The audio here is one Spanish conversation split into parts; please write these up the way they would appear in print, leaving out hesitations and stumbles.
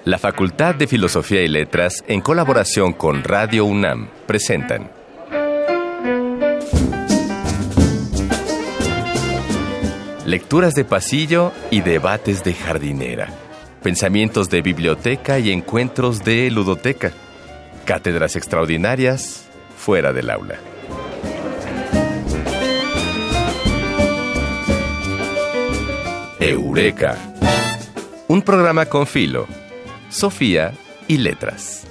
La Facultad de Filosofía y Letras, en colaboración con Radio UNAM, presentan lecturas de pasillo y debates de jardinera, pensamientos de biblioteca y encuentros de ludoteca, cátedras extraordinarias fuera del aula. Eureka, un programa con Filo, Sofía y Letras.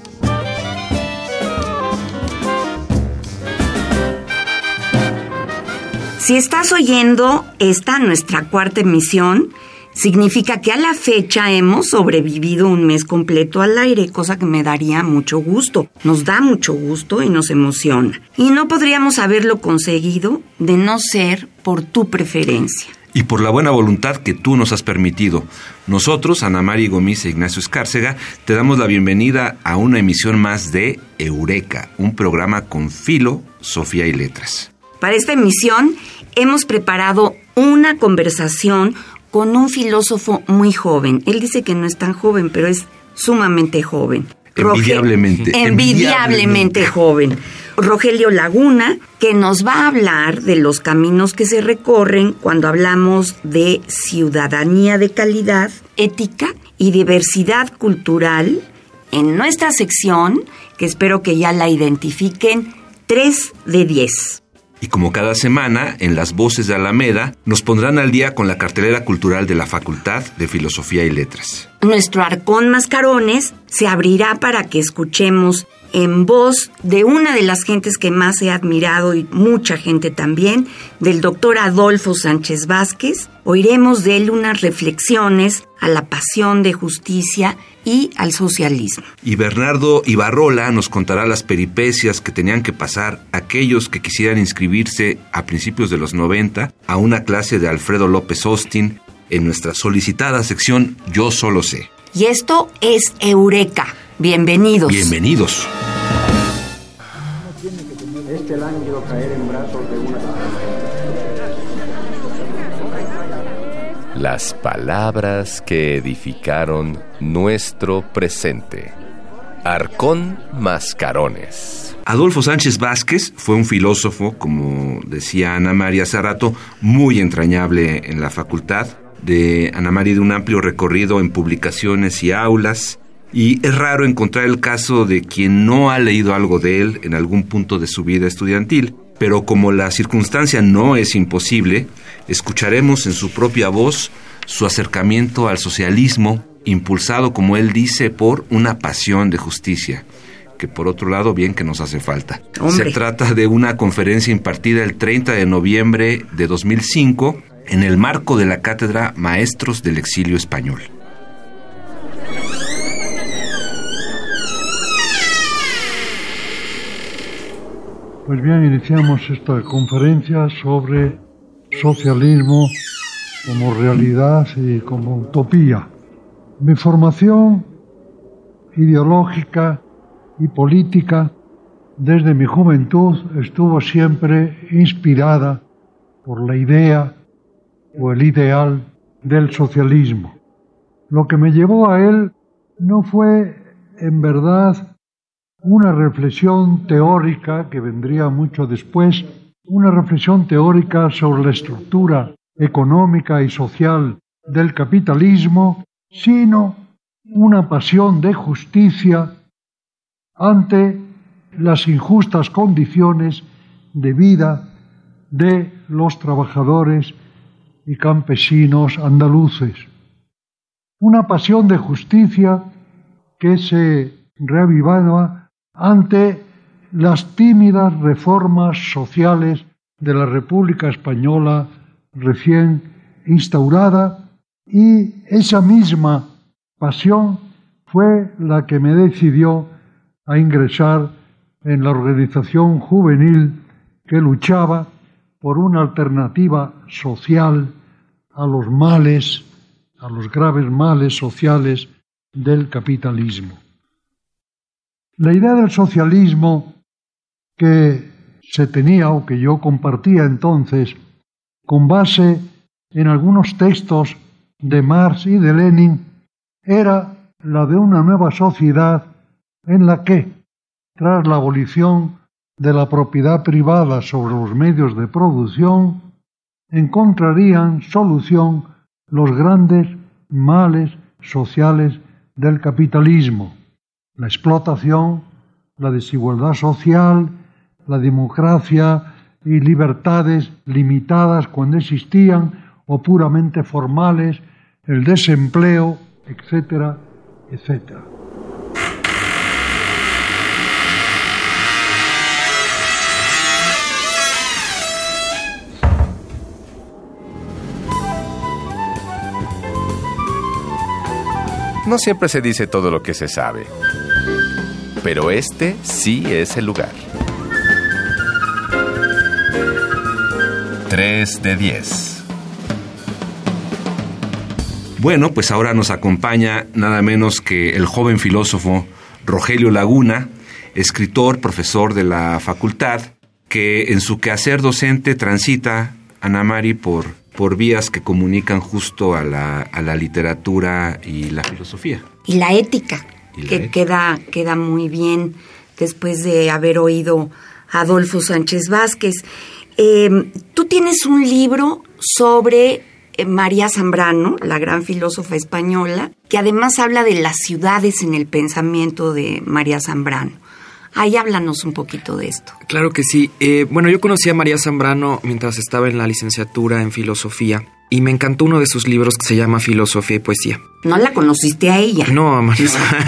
Si estás oyendo esta, nuestra cuarta emisión, significa que a la fecha hemos sobrevivido un mes completo al aire, cosa que me daría mucho gusto. Nos da mucho gusto y nos emociona. Y no podríamos haberlo conseguido de no ser por tu preferencia. Y por la buena voluntad que tú nos has permitido. Nosotros, Ana María Gómez e Ignacio Escárcega, te damos la bienvenida a una emisión más de Eureka, un programa con Filo, Sofía y Letras. Para esta emisión hemos preparado una conversación con un filósofo muy joven. Él dice que no es tan joven, pero es sumamente joven. Envidiablemente joven. Rogelio Laguna, que nos va a hablar de los caminos que se recorren cuando hablamos de ciudadanía de calidad, ética y diversidad cultural en nuestra sección, que espero que ya la identifiquen, 3 de 10. Y como cada semana, en Las Voces de Alameda, nos pondrán al día con la cartelera cultural de la Facultad de Filosofía y Letras. Nuestro arcón Mascarones se abrirá para que escuchemos en voz de una de las gentes que más he admirado y mucha gente también, del doctor Adolfo Sánchez Vázquez. Oiremos de él unas reflexiones a la pasión de justicia y al socialismo. Y Bernardo Ibarrola nos contará las peripecias que tenían que pasar aquellos que quisieran inscribirse a principios de los 90 a una clase de Alfredo López Austin en nuestra solicitada sección Yo Solo Sé. Y esto es Eureka. Bienvenidos. Bienvenidos. Este lánguido caer en brazos de una... Las palabras que edificaron nuestro presente. Arcón Mascarones. Adolfo Sánchez Vázquez fue un filósofo, como decía Ana María hace rato, muy entrañable en la facultad. De Ana María, de un amplio recorrido en publicaciones y aulas. Y es raro encontrar el caso de quien no ha leído algo de él en algún punto de su vida estudiantil. Pero como la circunstancia no es imposible, escucharemos en su propia voz su acercamiento al socialismo, impulsado, como él dice, por una pasión de justicia, que por otro lado bien que nos hace falta. ¡Hombre! Se trata de una conferencia impartida el 30 de noviembre de 2005 en el marco de la cátedra Maestros del Exilio Español. Pues bien, iniciamos esta conferencia sobre socialismo como realidad y como utopía. Mi formación ideológica y política desde mi juventud estuvo siempre inspirada por la idea o el ideal del socialismo. Lo que me llevó a él no fue, en verdad, una reflexión teórica que vendría mucho después, una reflexión teórica sobre la estructura económica y social del capitalismo, sino una pasión de justicia ante las injustas condiciones de vida de los trabajadores y campesinos andaluces. Una pasión de justicia que se reavivaba ante las tímidas reformas sociales de la República Española recién instaurada, y esa misma pasión fue la que me decidió a ingresar en la organización juvenil que luchaba por una alternativa social a los males, a los graves males sociales del capitalismo. La idea del socialismo que se tenía o que yo compartía entonces, con base en algunos textos de Marx y de Lenin, era la de una nueva sociedad en la que, tras la abolición de la propiedad privada sobre los medios de producción, encontrarían solución los grandes males sociales del capitalismo: la explotación, la desigualdad social, la democracia y libertades limitadas cuando existían o puramente formales, el desempleo, etcétera, etcétera. No siempre se dice todo lo que se sabe, pero este sí es el lugar. 3 de 10. Bueno, pues ahora nos acompaña nada menos que el joven filósofo Rogelio Laguna, escritor, profesor de la facultad, que en su quehacer docente transita, Ana Mari, por vías que comunican justo a la literatura y la filosofía. Y la ética, queda muy bien después de haber oído a Adolfo Sánchez Vázquez. Tú tienes un libro sobre María Zambrano, la gran filósofa española, que además habla de las ciudades en el pensamiento de María Zambrano. Ahí háblanos un poquito de esto. Claro que sí. Bueno, yo conocí a María Zambrano mientras estaba en la licenciatura en filosofía y me encantó uno de sus libros que se llama Filosofía y Poesía. ¿No la conociste a ella? No, María.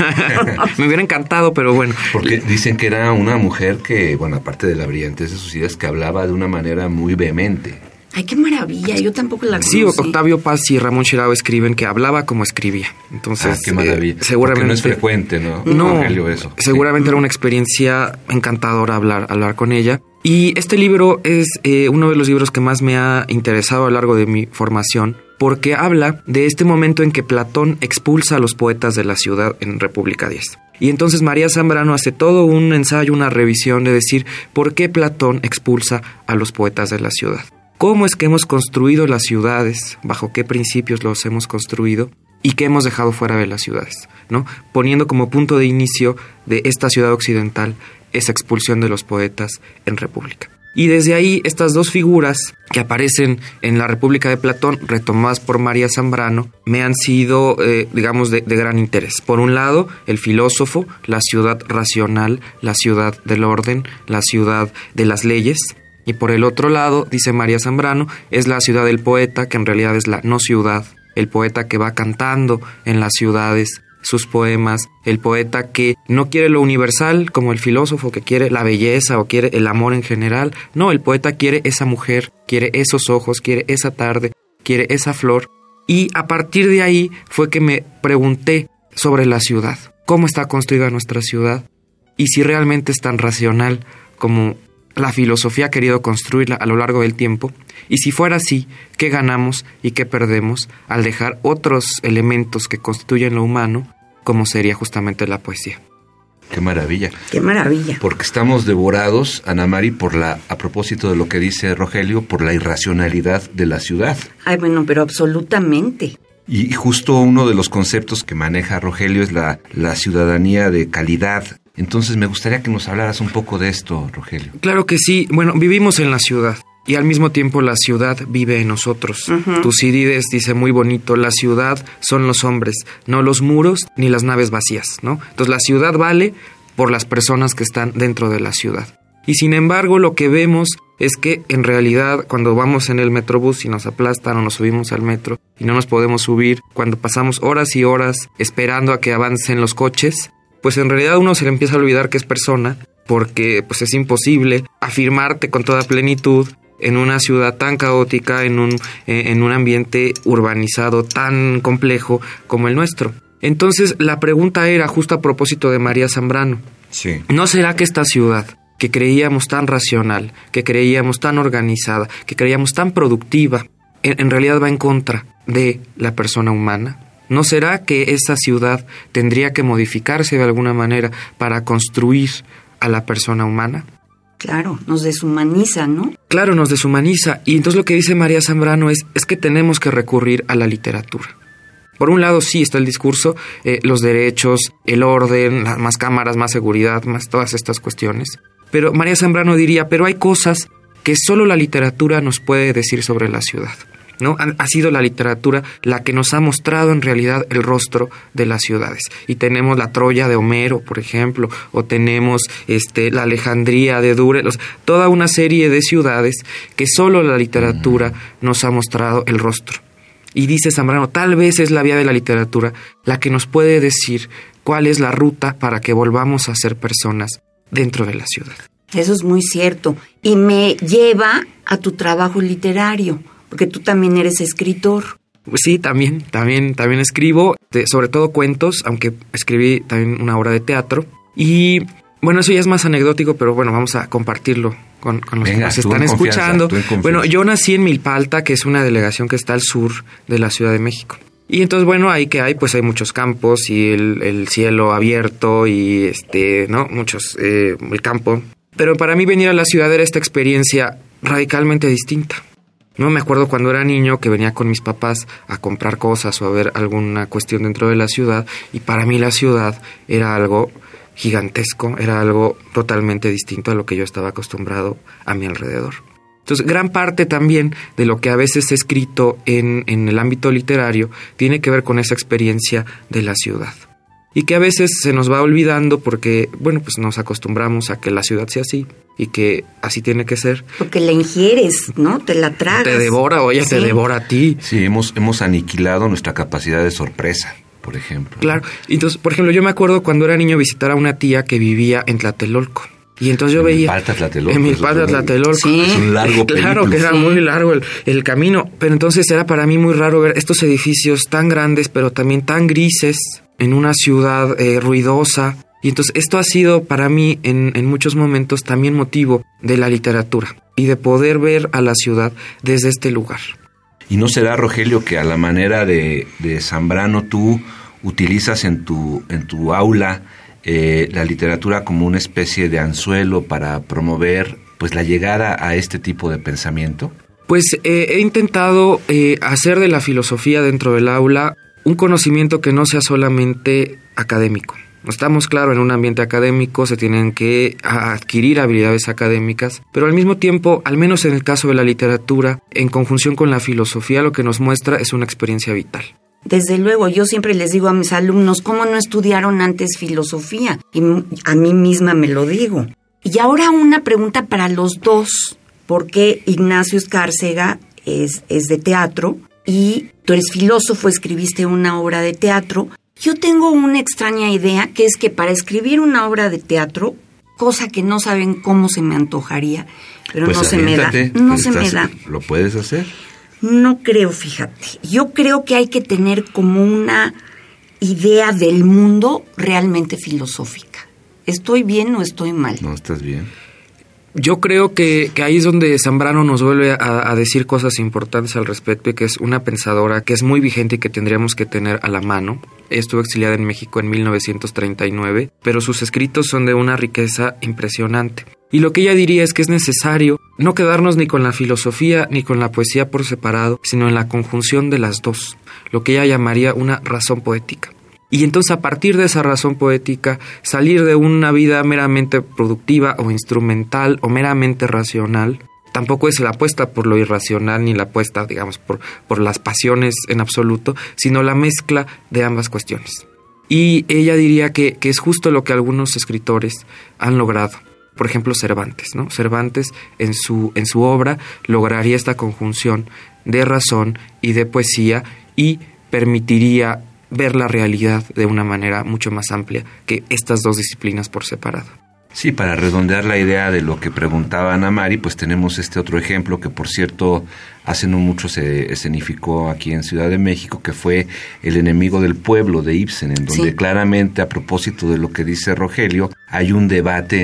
Me hubiera encantado, pero bueno. Porque dicen que era una mujer que, bueno, aparte de la brillantez de sus ideas, que hablaba de una manera muy vehemente. Ay, qué maravilla, yo tampoco la conocí. Sí, Octavio Paz y Ramón Chirao escriben que hablaba como escribía. Entonces, qué maravilla. Seguramente porque no es frecuente, ¿no? No, Rogelio, eso. Seguramente era una experiencia encantadora hablar con ella. Y este libro es uno de los libros que más me ha interesado a lo largo de mi formación, porque habla de este momento en que Platón expulsa a los poetas de la ciudad en República 10. Y entonces María Zambrano hace todo un ensayo, una revisión de decir por qué Platón expulsa a los poetas de la ciudad. ¿Cómo es que hemos construido las ciudades? ¿Bajo qué principios los hemos construido? ¿Y qué hemos dejado fuera de las ciudades? ¿No? Poniendo como punto de inicio de esta ciudad occidental esa expulsión de los poetas en República. Y desde ahí estas dos figuras que aparecen en la República de Platón, retomadas por María Zambrano, me han sido, digamos, de gran interés. Por un lado, el filósofo, la ciudad racional, la ciudad del orden, la ciudad de las leyes. Y por el otro lado, dice María Zambrano, es la ciudad del poeta, que en realidad es la no ciudad, el poeta que va cantando en las ciudades sus poemas, el poeta que no quiere lo universal como el filósofo, que quiere la belleza o quiere el amor en general. No, el poeta quiere esa mujer, quiere esos ojos, quiere esa tarde, quiere esa flor. Y a partir de ahí fue que me pregunté sobre la ciudad, cómo está construida nuestra ciudad y si realmente es tan racional como la filosofía ha querido construirla a lo largo del tiempo, y si fuera así, ¿qué ganamos y qué perdemos al dejar otros elementos que constituyen lo humano, como sería justamente la poesía? ¡Qué maravilla! ¡Qué maravilla! Porque estamos devorados, Ana Mari, a propósito de lo que dice Rogelio, por la irracionalidad de la ciudad. Ay, bueno, pero absolutamente. Y justo uno de los conceptos que maneja Rogelio es la ciudadanía de calidad. Entonces me gustaría que nos hablaras un poco de esto, Rogelio. Claro que sí. Bueno, vivimos en la ciudad y al mismo tiempo la ciudad vive en nosotros. Tucídides dice muy bonito, la ciudad son los hombres, no los muros ni las naves vacías, ¿no? Entonces la ciudad vale por las personas que están dentro de la ciudad. Y sin embargo lo que vemos es que en realidad cuando vamos en el metrobús y nos aplastan o nos subimos al metro y no nos podemos subir, cuando pasamos horas y horas esperando a que avancen los coches, pues en realidad uno se le empieza a olvidar que es persona, porque pues es imposible afirmarte con toda plenitud en una ciudad tan caótica, en un ambiente urbanizado tan complejo como el nuestro. Entonces la pregunta era justo a propósito de María Zambrano. Sí. ¿No será que esta ciudad, que creíamos tan racional, que creíamos tan organizada, que creíamos tan productiva, en realidad va en contra de la persona humana? ¿No será que esa ciudad tendría que modificarse de alguna manera para construir a la persona humana? Claro, nos deshumaniza, ¿no? Claro, nos deshumaniza. Y entonces lo que dice María Zambrano es que tenemos que recurrir a la literatura. Por un lado sí está el discurso, los derechos, el orden, más cámaras, más seguridad, más todas estas cuestiones. Pero María Zambrano diría, pero hay cosas que solo la literatura nos puede decir sobre la ciudad, ¿no? Ha sido la literatura la que nos ha mostrado en realidad el rostro de las ciudades. Y tenemos la Troya de Homero, por ejemplo, o tenemos la Alejandría de Dürer, toda una serie de ciudades que solo la literatura nos ha mostrado el rostro. Y dice Zambrano, tal vez es la vía de la literatura la que nos puede decir cuál es la ruta para que volvamos a ser personas dentro de la ciudad. Eso es muy cierto. Y me lleva a tu trabajo literario, porque tú también eres escritor. Sí, también escribo, sobre todo cuentos, aunque escribí también una obra de teatro. Y bueno, eso ya es más anecdótico, pero bueno, vamos a compartirlo con los que nos están escuchando. Bueno, yo nací en Milpalta, que es una delegación que está al sur de la Ciudad de México. Y entonces, bueno, ahí que hay, pues hay muchos campos y el cielo abierto y ¿no? Muchos, el campo. Pero para mí venir a la ciudad era esta experiencia radicalmente distinta. No me acuerdo cuando era niño que venía con mis papás a comprar cosas o a ver alguna cuestión dentro de la ciudad, y para mí la ciudad era algo gigantesco, era algo totalmente distinto a lo que yo estaba acostumbrado a mi alrededor. Entonces, gran parte también de lo que a veces he escrito en el ámbito literario tiene que ver con esa experiencia de la ciudad. Y que a veces se nos va olvidando porque, bueno, pues nos acostumbramos a que la ciudad sea así y que así tiene que ser. Porque la ingieres, ¿no? Te la tragas. Te devora o ella te devora a ti. Sí, hemos aniquilado nuestra capacidad de sorpresa, por ejemplo. Claro. Entonces, por ejemplo, yo me acuerdo cuando era niño visitar a una tía que vivía en Tlatelolco. Y entonces yo veía... En Milpalta, Tlatelolco. Sí. Es un largo película. Claro que era muy largo el camino. Pero entonces era para mí muy raro ver estos edificios tan grandes, pero también tan grises, en una ciudad ruidosa. Y entonces esto ha sido para mí en muchos momentos también motivo de la literatura y de poder ver a la ciudad desde este lugar. ¿Y no será, Rogelio, que a la manera de Zambrano tú utilizas en tu aula la literatura como una especie de anzuelo para promover pues la llegada a este tipo de pensamiento? Pues he intentado hacer de la filosofía dentro del aula un conocimiento que no sea solamente académico. Estamos, claro, en un ambiente académico, se tienen que adquirir habilidades académicas, pero al mismo tiempo, al menos en el caso de la literatura, en conjunción con la filosofía, lo que nos muestra es una experiencia vital. Desde luego, yo siempre les digo a mis alumnos, ¿cómo no estudiaron antes filosofía? Y a mí misma me lo digo. Y ahora una pregunta para los dos, porque Ignacio Escárcega es de teatro y tú eres filósofo, escribiste una obra de teatro. Yo tengo una extraña idea, que es que para escribir una obra de teatro, cosa que no saben cómo se me antojaría, pero pues no se me da. No se me da. ¿Lo puedes hacer? No creo, fíjate. Yo creo que hay que tener como una idea del mundo realmente filosófica. ¿Estoy bien o estoy mal? No, estás bien. Yo creo que ahí es donde Zambrano nos vuelve a decir cosas importantes al respecto, y que es una pensadora que es muy vigente y que tendríamos que tener a la mano. Estuvo exiliada en México en 1939, pero sus escritos son de una riqueza impresionante. Y lo que ella diría es que es necesario no quedarnos ni con la filosofía ni con la poesía por separado, sino en la conjunción de las dos, lo que ella llamaría una razón poética. Y entonces, a partir de esa razón poética, salir de una vida meramente productiva o instrumental o meramente racional. Tampoco es la apuesta por lo irracional ni la apuesta, digamos, por las pasiones en absoluto, sino la mezcla de ambas cuestiones. Y ella diría que es justo lo que algunos escritores han logrado. Por ejemplo, Cervantes, ¿no? Cervantes en su obra lograría esta conjunción de razón y de poesía y permitiría ver la realidad de una manera mucho más amplia que estas dos disciplinas por separado. Sí, para redondear la idea de lo que preguntaba Ana Mari, pues tenemos este otro ejemplo que, por cierto, hace no mucho se escenificó aquí en Ciudad de México, que fue El enemigo del pueblo de Ibsen, en donde claramente, a propósito de lo que dice Rogelio, hay un debate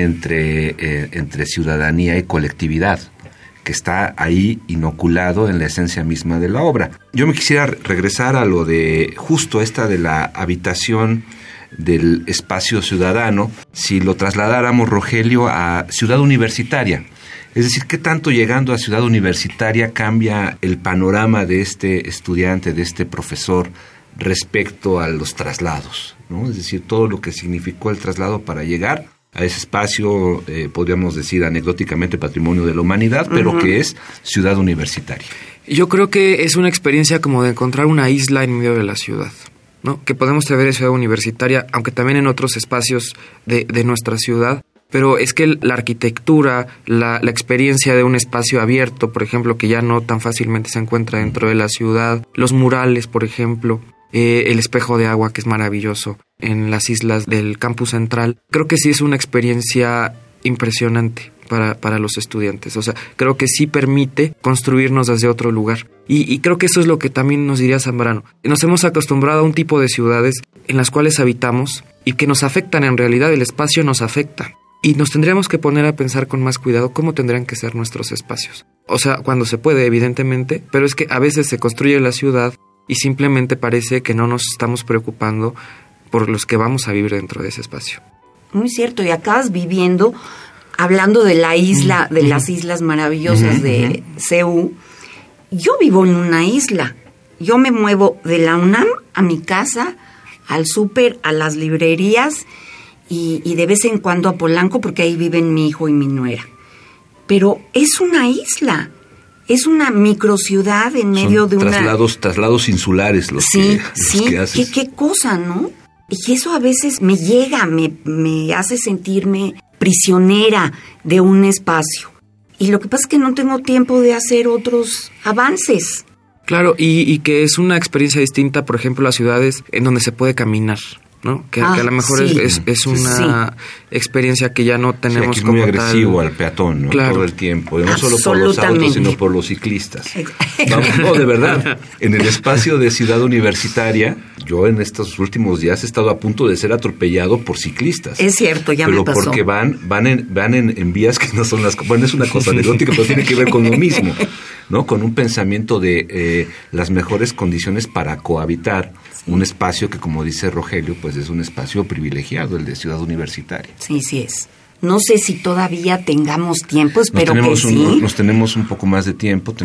entre ciudadanía y colectividad, que está ahí inoculado en la esencia misma de la obra. Yo me quisiera regresar a lo de justo esta de la habitación del espacio ciudadano, si lo trasladáramos, Rogelio, a ciudad universitaria. Es decir, ¿qué tanto llegando a ciudad universitaria cambia el panorama de este estudiante, de este profesor respecto a los traslados, ¿no? Es decir, todo lo que significó el traslado para llegar a ese espacio, podríamos decir anecdóticamente patrimonio de la humanidad, pero que es ciudad universitaria. Yo creo que es una experiencia como de encontrar una isla en medio de la ciudad, ¿no? Que podemos tener en ciudad universitaria, aunque también en otros espacios de nuestra ciudad, pero es que la arquitectura, la experiencia de un espacio abierto, por ejemplo, que ya no tan fácilmente se encuentra dentro de la ciudad, los murales, por ejemplo, el espejo de agua, que es maravilloso en las islas del campus central, creo que sí es una experiencia impresionante para los estudiantes. O sea, creo que sí permite construirnos desde otro lugar. Y creo que eso es lo que también nos diría Zambrano. Nos hemos acostumbrado a un tipo de ciudades en las cuales habitamos y que nos afectan. En realidad el espacio nos afecta. Y nos tendríamos que poner a pensar con más cuidado cómo tendrían que ser nuestros espacios. O sea, cuando se puede, evidentemente, pero es que a veces se construye la ciudad y simplemente parece que no nos estamos preocupando por los que vamos a vivir dentro de ese espacio. Muy cierto, y acabas viviendo, hablando de la isla, de las islas maravillosas de CEU, yo vivo en una isla. Yo me muevo de la UNAM a mi casa, al súper, a las librerías y de vez en cuando a Polanco, porque ahí viven mi hijo y mi nuera. Pero es una isla. Es una microciudad en medio de traslados insulares los que haces. ¿Qué cosa, ¿no? Y eso a veces me llega, me hace sentirme prisionera de un espacio. Y lo que pasa es que no tengo tiempo de hacer otros avances. Claro, y que es una experiencia distinta, por ejemplo, a ciudades en donde se puede caminar, ¿no? Que a lo mejor es una experiencia que ya no tenemos como tal. Muy agresivo al peatón, ¿no? Claro. Todo el tiempo, y no solo por los autos, sino por los ciclistas. No, de verdad, en el espacio de ciudad universitaria, yo en estos últimos días he estado a punto de ser atropellado por ciclistas. Es cierto, ya me pasó. Pero porque van en vías que no son las... Bueno, es una cosa anecdótica, pero tiene que ver con lo mismo, ¿no? Con un pensamiento de las mejores condiciones para cohabitar un espacio que, como dice Rogelio, pues es un espacio privilegiado, el de ciudad universitaria. Sí es. No sé si todavía tengamos tiempo, espero que sí. Nos tenemos un poco más de tiempo,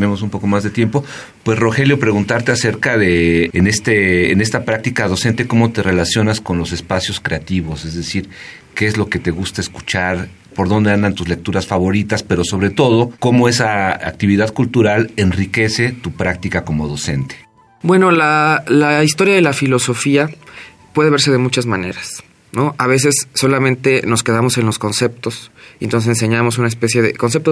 Pues Rogelio, preguntarte acerca de, en esta práctica docente, ¿cómo te relacionas con los espacios creativos? Es decir, ¿qué es lo que te gusta escuchar? ¿Por dónde andan tus lecturas favoritas? Pero sobre todo, ¿cómo esa actividad cultural enriquece tu práctica como docente? Bueno, la historia de la filosofía puede verse de muchas maneras, ¿no? A veces solamente nos quedamos en los conceptos y entonces enseñamos una especie de concepto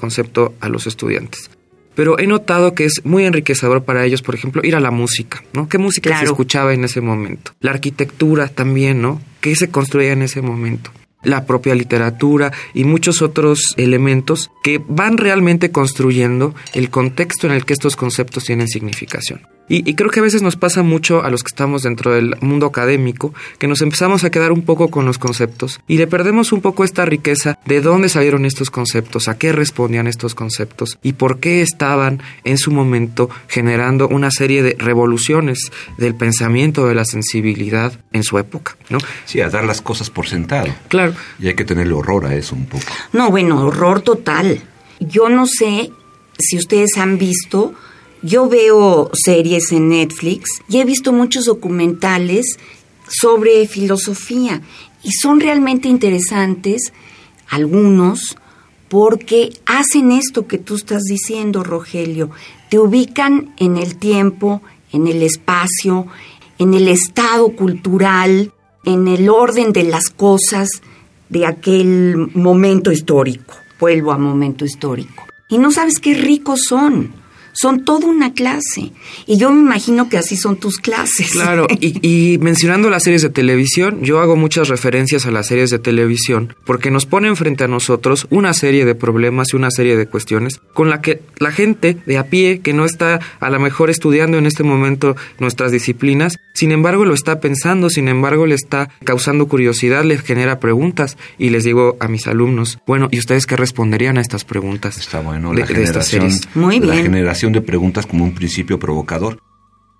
a los estudiantes. Pero he notado que es muy enriquecedor para ellos, por ejemplo, ir a la música, ¿no? ¿Qué música se escuchaba en ese momento? La arquitectura también, ¿no? ¿Qué se construía en ese momento? La propia literatura y muchos otros elementos que van realmente construyendo el contexto en el que estos conceptos tienen significación. Y creo que a veces nos pasa mucho a los que estamos dentro del mundo académico, que nos empezamos a quedar un poco con los conceptos y le perdemos un poco esta riqueza de dónde salieron estos conceptos, a qué respondían estos conceptos y por qué estaban en su momento generando una serie de revoluciones del pensamiento, de la sensibilidad en su época, ¿no? Sí, a dar las cosas por sentado. Claro. Y hay que tenerle horror a eso un poco. No, bueno, horror total. Yo no sé si ustedes han visto... Yo veo series en Netflix y he visto muchos documentales sobre filosofía y son realmente interesantes, algunos, porque hacen esto que tú estás diciendo, Rogelio. Te ubican en el tiempo, en el espacio, en el estado cultural, en el orden de las cosas de aquel momento histórico. Vuelvo a momento histórico. Y no sabes qué ricos son. Son toda una clase. Y yo me imagino que así son tus clases. Claro, y mencionando las series de televisión, yo hago muchas referencias a las series de televisión porque nos ponen frente a nosotros una serie de problemas y una serie de cuestiones con la que la gente de a pie, que no está a lo mejor estudiando en este momento nuestras disciplinas, sin embargo lo está pensando, sin embargo le está causando curiosidad, les genera preguntas y les digo a mis alumnos, bueno, ¿y ustedes qué responderían a estas preguntas? Está bueno, de estas series. Muy bien. La generación de preguntas como un principio provocador.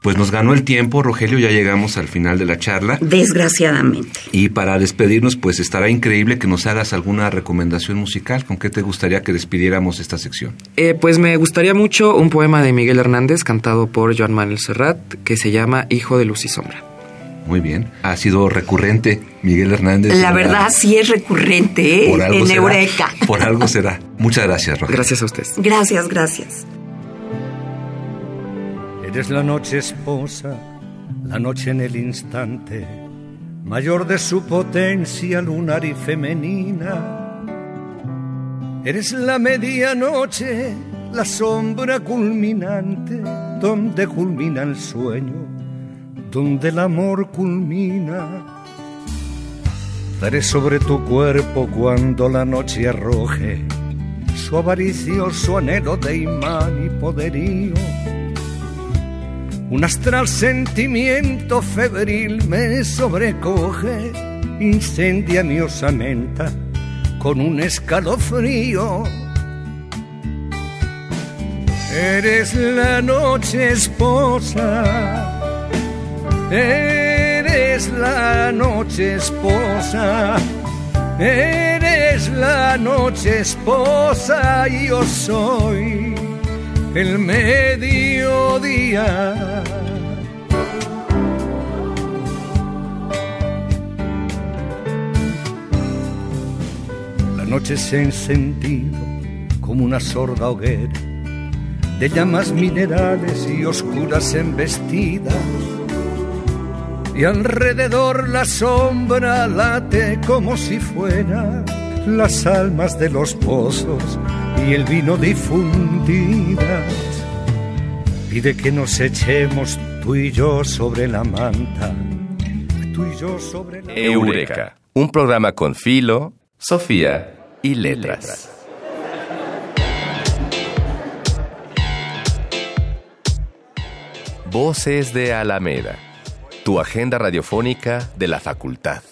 Pues nos ganó el tiempo, Rogelio, ya llegamos al final de la charla. Desgraciadamente. Y para despedirnos, pues estará increíble que nos hagas alguna recomendación musical. ¿Con qué te gustaría que despidiéramos esta sección? Pues me gustaría mucho un poema de Miguel Hernández cantado por Joan Manuel Serrat que se llama Hijo de Luz y Sombra. Muy bien. Ha sido recurrente Miguel Hernández. La verdad sí es recurrente, ¿eh? En será. Eureka. Por algo será. Muchas gracias, Rogelio. Gracias a ustedes. Gracias. Eres la noche esposa, la noche en el instante, mayor de su potencia lunar y femenina. Eres la medianoche, la sombra culminante, donde culmina el sueño, donde el amor culmina. Daré sobre tu cuerpo cuando la noche arroje su avaricioso anhelo de imán y poderío. Un astral sentimiento febril me sobrecoge, incendia mi osamenta con un escalofrío. Eres la noche esposa, eres la noche esposa, eres la noche esposa y yo soy el mediodía. La noche se ha encendido como una sorda hoguera de llamas minerales y oscuras embestidas, y alrededor la sombra late como si fuera las almas de los pozos y el vino difundidas. Pide que nos echemos tú y yo sobre la manta, tú y yo sobre la... Eureka, un programa con Filo, Sofía y Letras. Voces de Alameda, tu agenda radiofónica de la facultad.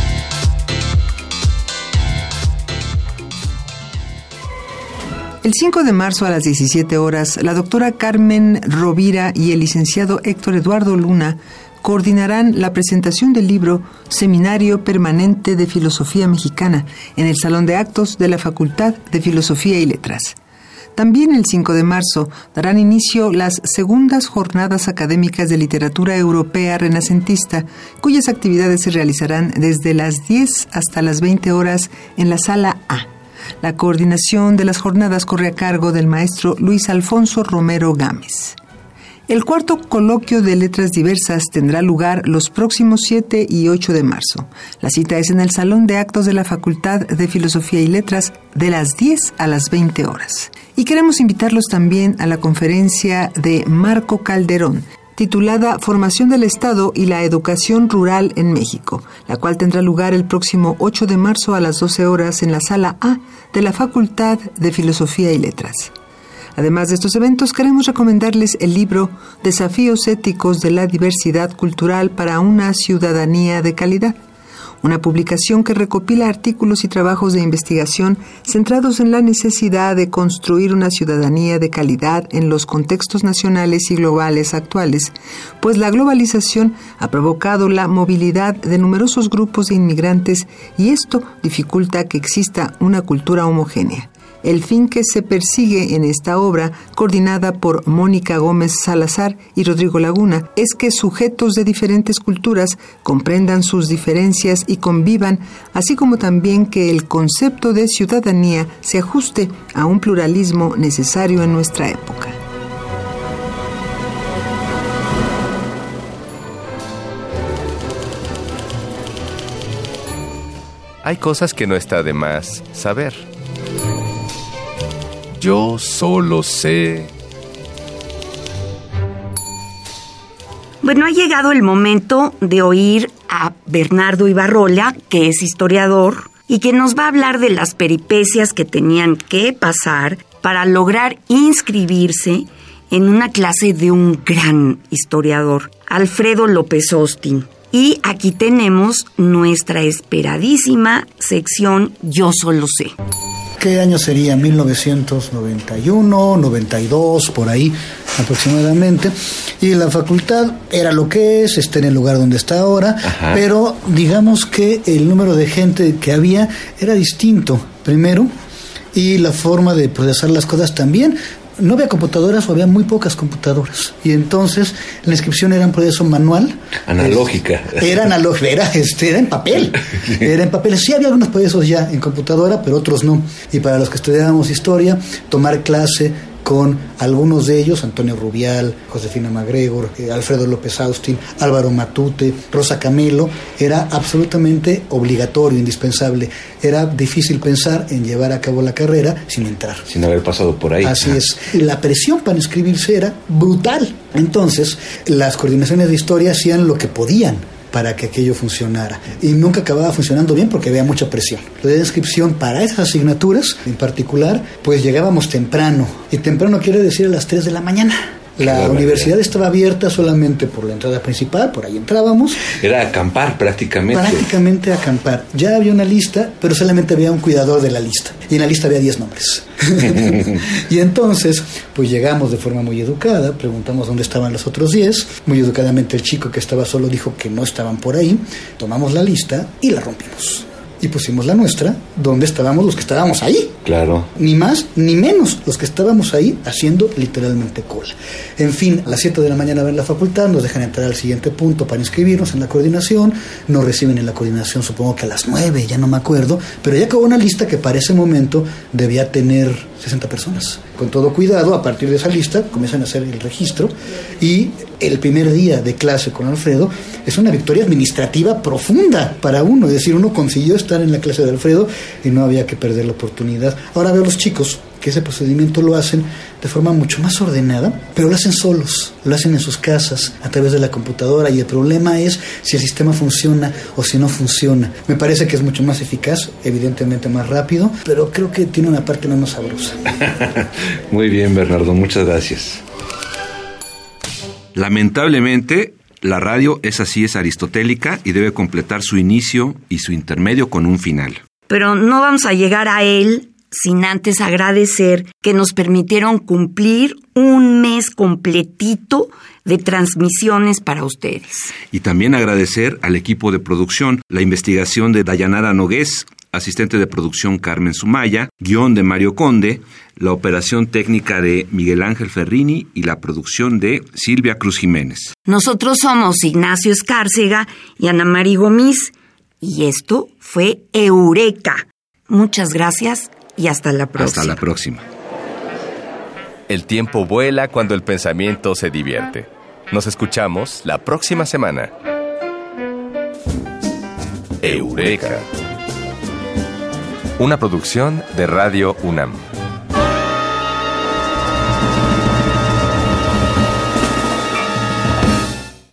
El 5 de marzo a las 17 horas, la doctora Carmen Rovira y el licenciado Héctor Eduardo Luna coordinarán la presentación del libro Seminario Permanente de Filosofía Mexicana en el Salón de Actos de la Facultad de Filosofía y Letras. También el 5 de marzo darán inicio las segundas jornadas académicas de literatura europea renacentista, cuyas actividades se realizarán desde las 10 hasta las 20 horas en la Sala A. La coordinación de las jornadas corre a cargo del maestro Luis Alfonso Romero Gámez. El cuarto coloquio de letras diversas tendrá lugar los próximos 7 y 8 de marzo. La cita es en el Salón de Actos de la Facultad de Filosofía y Letras de las 10 a las 20 horas. Y queremos invitarlos también a la conferencia de Marco Calderón, titulada Formación del Estado y la Educación Rural en México, la cual tendrá lugar el próximo 8 de marzo a las 12 horas en la Sala A de la Facultad de Filosofía y Letras. Además de estos eventos, queremos recomendarles el libro Desafíos éticos de la diversidad cultural para una ciudadanía de calidad, una publicación que recopila artículos y trabajos de investigación centrados en la necesidad de construir una ciudadanía de calidad en los contextos nacionales y globales actuales, pues la globalización ha provocado la movilidad de numerosos grupos de inmigrantes y esto dificulta que exista una cultura homogénea. El fin que se persigue en esta obra, coordinada por Mónica Gómez Salazar y Rodrigo Laguna, es que sujetos de diferentes culturas comprendan sus diferencias y convivan, así como también que el concepto de ciudadanía se ajuste a un pluralismo necesario en nuestra época. Hay cosas que no está de más saber. Yo solo sé. Bueno, ha llegado el momento de oír a Bernardo Ibarrola, que es historiador, y que nos va a hablar de las peripecias que tenían que pasar para lograr inscribirse en una clase de un gran historiador, Alfredo López Austin. Y aquí tenemos nuestra esperadísima sección Yo solo sé. ¿Qué año sería? 1991, 92, por ahí aproximadamente. Y la facultad era lo que es, está en el lugar donde está ahora, ajá, pero digamos que el número de gente que había era distinto, primero, y la forma de procesar las cosas también. No había computadoras o había muy pocas computadoras. Y entonces la inscripción era un proceso manual. Analógica. Era analógica, era en papel. Era en papel. Sí había algunos procesos ya en computadora, pero otros no. Y para los que estudiábamos historia, tomar clase con algunos de ellos, Antonio Rubial, Josefina MacGregor, Alfredo López Austin, Álvaro Matute, Rosa Camelo, era absolutamente obligatorio, indispensable. Era difícil pensar en llevar a cabo la carrera sin entrar. Sin haber pasado por ahí. Así es. La presión para inscribirse era brutal. Entonces, las coordinaciones de historia hacían lo que podían para que aquello funcionara. Y nunca acababa funcionando bien porque había mucha presión. La inscripción para esas asignaturas, en particular, pues llegábamos temprano. Y temprano quiere decir a las 3 de la mañana. La universidad estaba abierta solamente por la entrada principal, por ahí entrábamos. Era acampar prácticamente. Prácticamente acampar. Ya había una lista, pero solamente había un cuidador de la lista. Y en la lista había 10 nombres. Y entonces, pues llegamos de forma muy educada, preguntamos dónde estaban los otros 10. Muy educadamente el chico que estaba solo dijo que no estaban por ahí. Tomamos la lista y la rompimos. Y pusimos la nuestra, donde estábamos los que estábamos ahí. Claro. Ni más ni menos los que estábamos ahí haciendo literalmente cola. En fin, a las 7 de la mañana ven la facultad, nos dejan entrar al siguiente punto para inscribirnos en la coordinación, nos reciben en la coordinación supongo que a las 9, ya no me acuerdo, pero ya acabó una lista que para ese momento debía tener 60 personas. Con todo cuidado, a partir de esa lista comienzan a hacer el registro y el primer día de clase con Alfredo es una victoria administrativa profunda para uno, es decir, uno consiguió estar en la clase de Alfredo y no había que perder la oportunidad. Ahora veo a los chicos que ese procedimiento lo hacen de forma mucho más ordenada, pero lo hacen solos, lo hacen en sus casas, a través de la computadora, y el problema es si el sistema funciona o si no funciona. Me parece que es mucho más eficaz, evidentemente más rápido, pero creo que tiene una parte menos sabrosa. Muy bien, Bernardo, muchas gracias. Lamentablemente, la radio es aristotélica y debe completar su inicio y su intermedio con un final. Pero no vamos a llegar a él sin antes agradecer que nos permitieron cumplir un mes completito de transmisiones para ustedes. Y también agradecer al equipo de producción, la investigación de Dayanara Nogués, asistente de producción Carmen Sumaya, guión de Mario Conde, la operación técnica de Miguel Ángel Ferrini y la producción de Silvia Cruz Jiménez. Nosotros somos Ignacio Escárcega y Ana María Gómez, y esto fue Eureka. Muchas gracias y hasta la próxima. Hasta la próxima. El tiempo vuela cuando el pensamiento se divierte. Nos escuchamos la próxima semana. Eureka. Una producción de Radio UNAM.